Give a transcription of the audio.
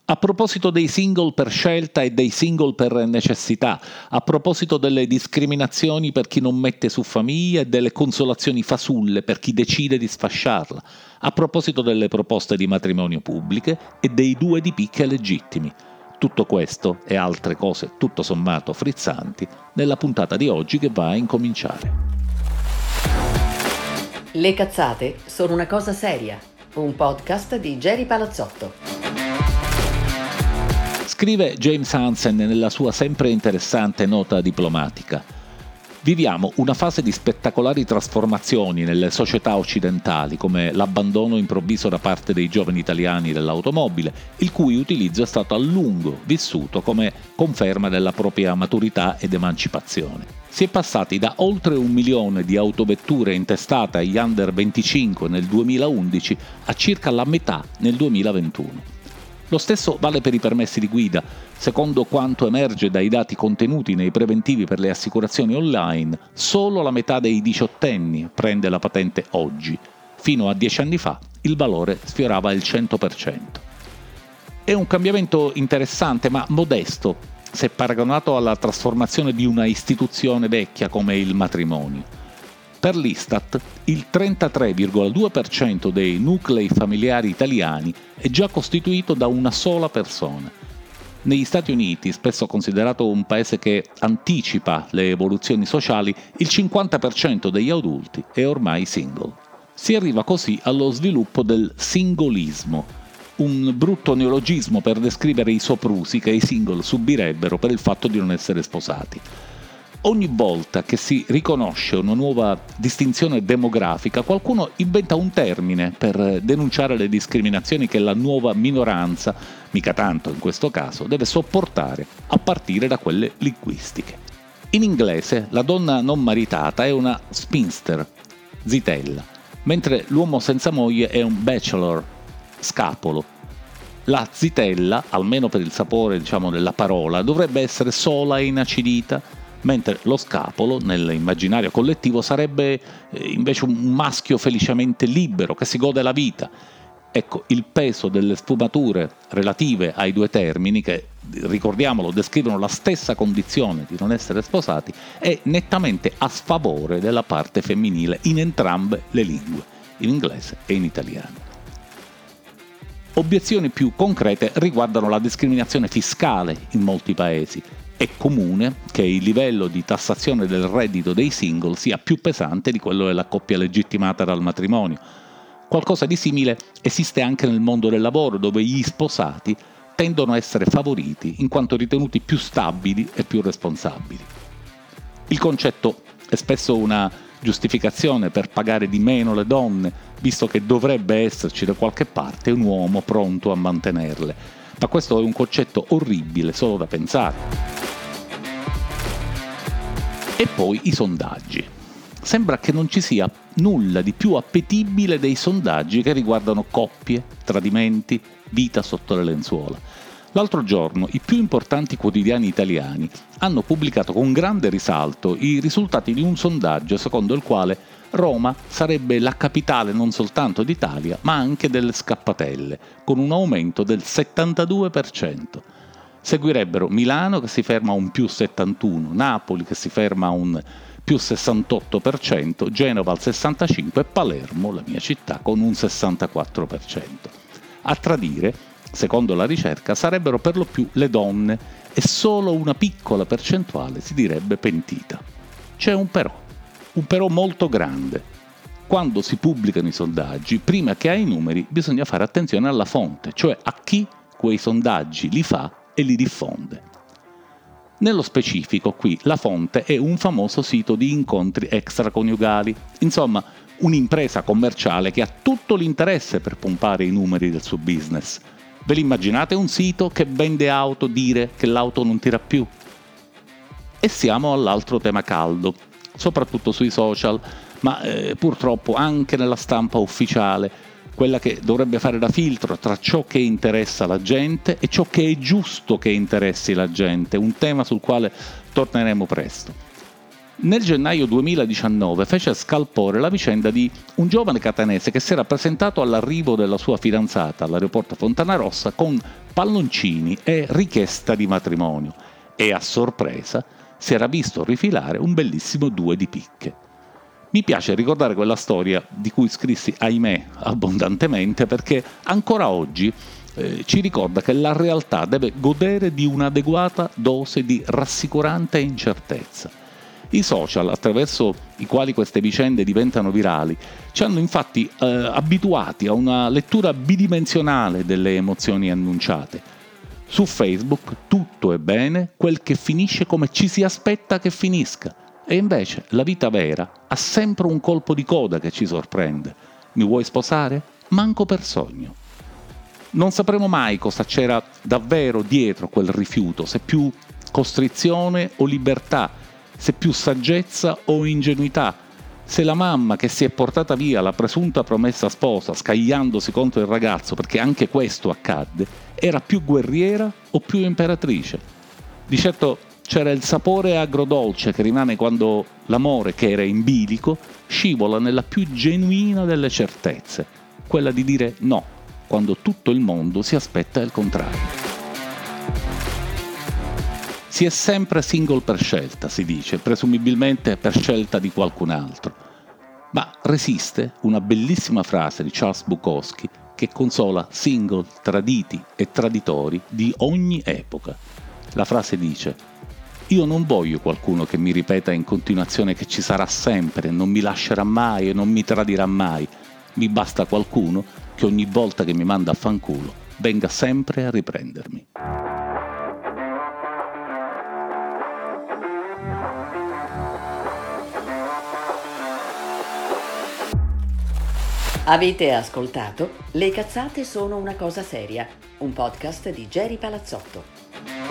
A proposito dei single per scelta e dei single per necessità, a proposito delle discriminazioni per chi non mette su famiglia e delle consolazioni fasulle per chi decide di sfasciarla, a proposito delle proposte di matrimonio pubbliche e dei due di picche legittimi. Tutto questo e altre cose tutto sommato frizzanti nella puntata di oggi che va a incominciare. Le cazzate sono una cosa seria, un podcast di Geri Palazzotto. Scrive James Hansen nella sua sempre interessante nota diplomatica: viviamo una fase di spettacolari trasformazioni nelle società occidentali, come l'abbandono improvviso da parte dei giovani italiani dell'automobile, il cui utilizzo è stato a lungo vissuto come conferma della propria maturità ed emancipazione. Si è passati da oltre 1 milione di autovetture intestate agli under 25 nel 2011 a circa la metà nel 2021. Lo stesso vale per i permessi di guida. Secondo quanto emerge dai dati contenuti nei preventivi per le assicurazioni online, solo la metà dei diciottenni prende la patente oggi. Fino a 10 anni fa il valore sfiorava il 100%. È un cambiamento interessante ma modesto se paragonato alla trasformazione di una istituzione vecchia come il matrimonio. Per l'Istat, il 33,2% dei nuclei familiari italiani è già costituito da una sola persona. Negli Stati Uniti, spesso considerato un paese che anticipa le evoluzioni sociali, il 50% degli adulti è ormai single. Si arriva così allo sviluppo del singolismo, un brutto neologismo per descrivere i soprusi che i single subirebbero per il fatto di non essere sposati. Ogni volta che si riconosce una nuova distinzione demografica, qualcuno inventa un termine per denunciare le discriminazioni che la nuova minoranza, mica tanto in questo caso, deve sopportare, a partire da quelle linguistiche. In inglese la donna non maritata è una spinster, zitella, mentre l'uomo senza moglie è un bachelor, scapolo. La zitella, almeno per il sapore, della parola, dovrebbe essere sola e inacidita, mentre lo scapolo, nell'immaginario collettivo, sarebbe invece un maschio felicemente libero che si gode la vita. Ecco, il peso delle sfumature relative ai due termini, che, ricordiamolo, descrivono la stessa condizione di non essere sposati, è nettamente a sfavore della parte femminile in entrambe le lingue, in inglese e in italiano. Obiezioni più concrete riguardano la discriminazione fiscale in molti paesi. È comune che il livello di tassazione del reddito dei single sia più pesante di quello della coppia legittimata dal matrimonio. Qualcosa di simile esiste anche nel mondo del lavoro, dove gli sposati tendono a essere favoriti in quanto ritenuti più stabili e più responsabili. Il concetto è spesso una giustificazione per pagare di meno le donne, visto che dovrebbe esserci da qualche parte un uomo pronto a mantenerle. Ma questo è un concetto orribile solo da pensare. E poi i sondaggi. Sembra che non ci sia nulla di più appetibile dei sondaggi che riguardano coppie, tradimenti, vita sotto le lenzuola. L'altro giorno i più importanti quotidiani italiani hanno pubblicato con grande risalto i risultati di un sondaggio secondo il quale Roma sarebbe la capitale non soltanto d'Italia, ma anche delle scappatelle, con un aumento del 72%. Seguirebbero Milano, che si ferma a un più 71%, Napoli, che si ferma a un più 68%, Genova al 65% e Palermo, la mia città, con un 64%. A tradire, secondo la ricerca, sarebbero per lo più le donne e solo una piccola percentuale si direbbe pentita. C'è un però molto grande. Quando si pubblicano i sondaggi, prima che ai numeri bisogna fare attenzione alla fonte, cioè a chi quei sondaggi li fa e li diffonde. Nello specifico, qui, la fonte è un famoso sito di incontri extraconiugali, insomma, un'impresa commerciale che ha tutto l'interesse per pompare i numeri del suo business. Ve l'immaginate un sito che vende auto dire che l'auto non tira più? E siamo all'altro tema caldo, soprattutto sui social, ma purtroppo anche nella stampa ufficiale, quella che dovrebbe fare da filtro tra ciò che interessa la gente e ciò che è giusto che interessi la gente, un tema sul quale torneremo presto. Nel gennaio 2019 fece scalpore la vicenda di un giovane catanese che si era presentato all'arrivo della sua fidanzata all'aeroporto Fontanarossa con palloncini e richiesta di matrimonio, e a sorpresa si era visto rifilare un bellissimo 2 di picche. Mi piace ricordare quella storia di cui scrissi, ahimè, abbondantemente, perché ancora oggi ci ricorda che la realtà deve godere di un'adeguata dose di rassicurante incertezza. I social, attraverso i quali queste vicende diventano virali, ci hanno infatti abituati a una lettura bidimensionale delle emozioni annunciate. Su Facebook tutto è bene, quel che finisce come ci si aspetta che finisca, e invece la vita vera ha sempre un colpo di coda che ci sorprende. Mi vuoi sposare? Manco per sogno. Non sapremo mai cosa c'era davvero dietro quel rifiuto, se più costrizione o libertà, se più saggezza o ingenuità, se la mamma che si è portata via la presunta promessa sposa scagliandosi contro il ragazzo, perché anche questo accadde, era più guerriera o più imperatrice. Di certo c'era il sapore agrodolce che rimane quando l'amore, che era in bilico, scivola nella più genuina delle certezze, quella di dire no, quando tutto il mondo si aspetta il contrario. Si è sempre single per scelta, si dice, presumibilmente per scelta di qualcun altro. Ma resiste una bellissima frase di Charles Bukowski che consola single, traditi e traditori di ogni epoca. La frase dice: io non voglio qualcuno che mi ripeta in continuazione che ci sarà sempre, non mi lascerà mai e non mi tradirà mai. Mi basta qualcuno che ogni volta che mi manda a fanculo venga sempre a riprendermi. Avete ascoltato Le cazzate sono una cosa seria, un podcast di Geri Palazzotto.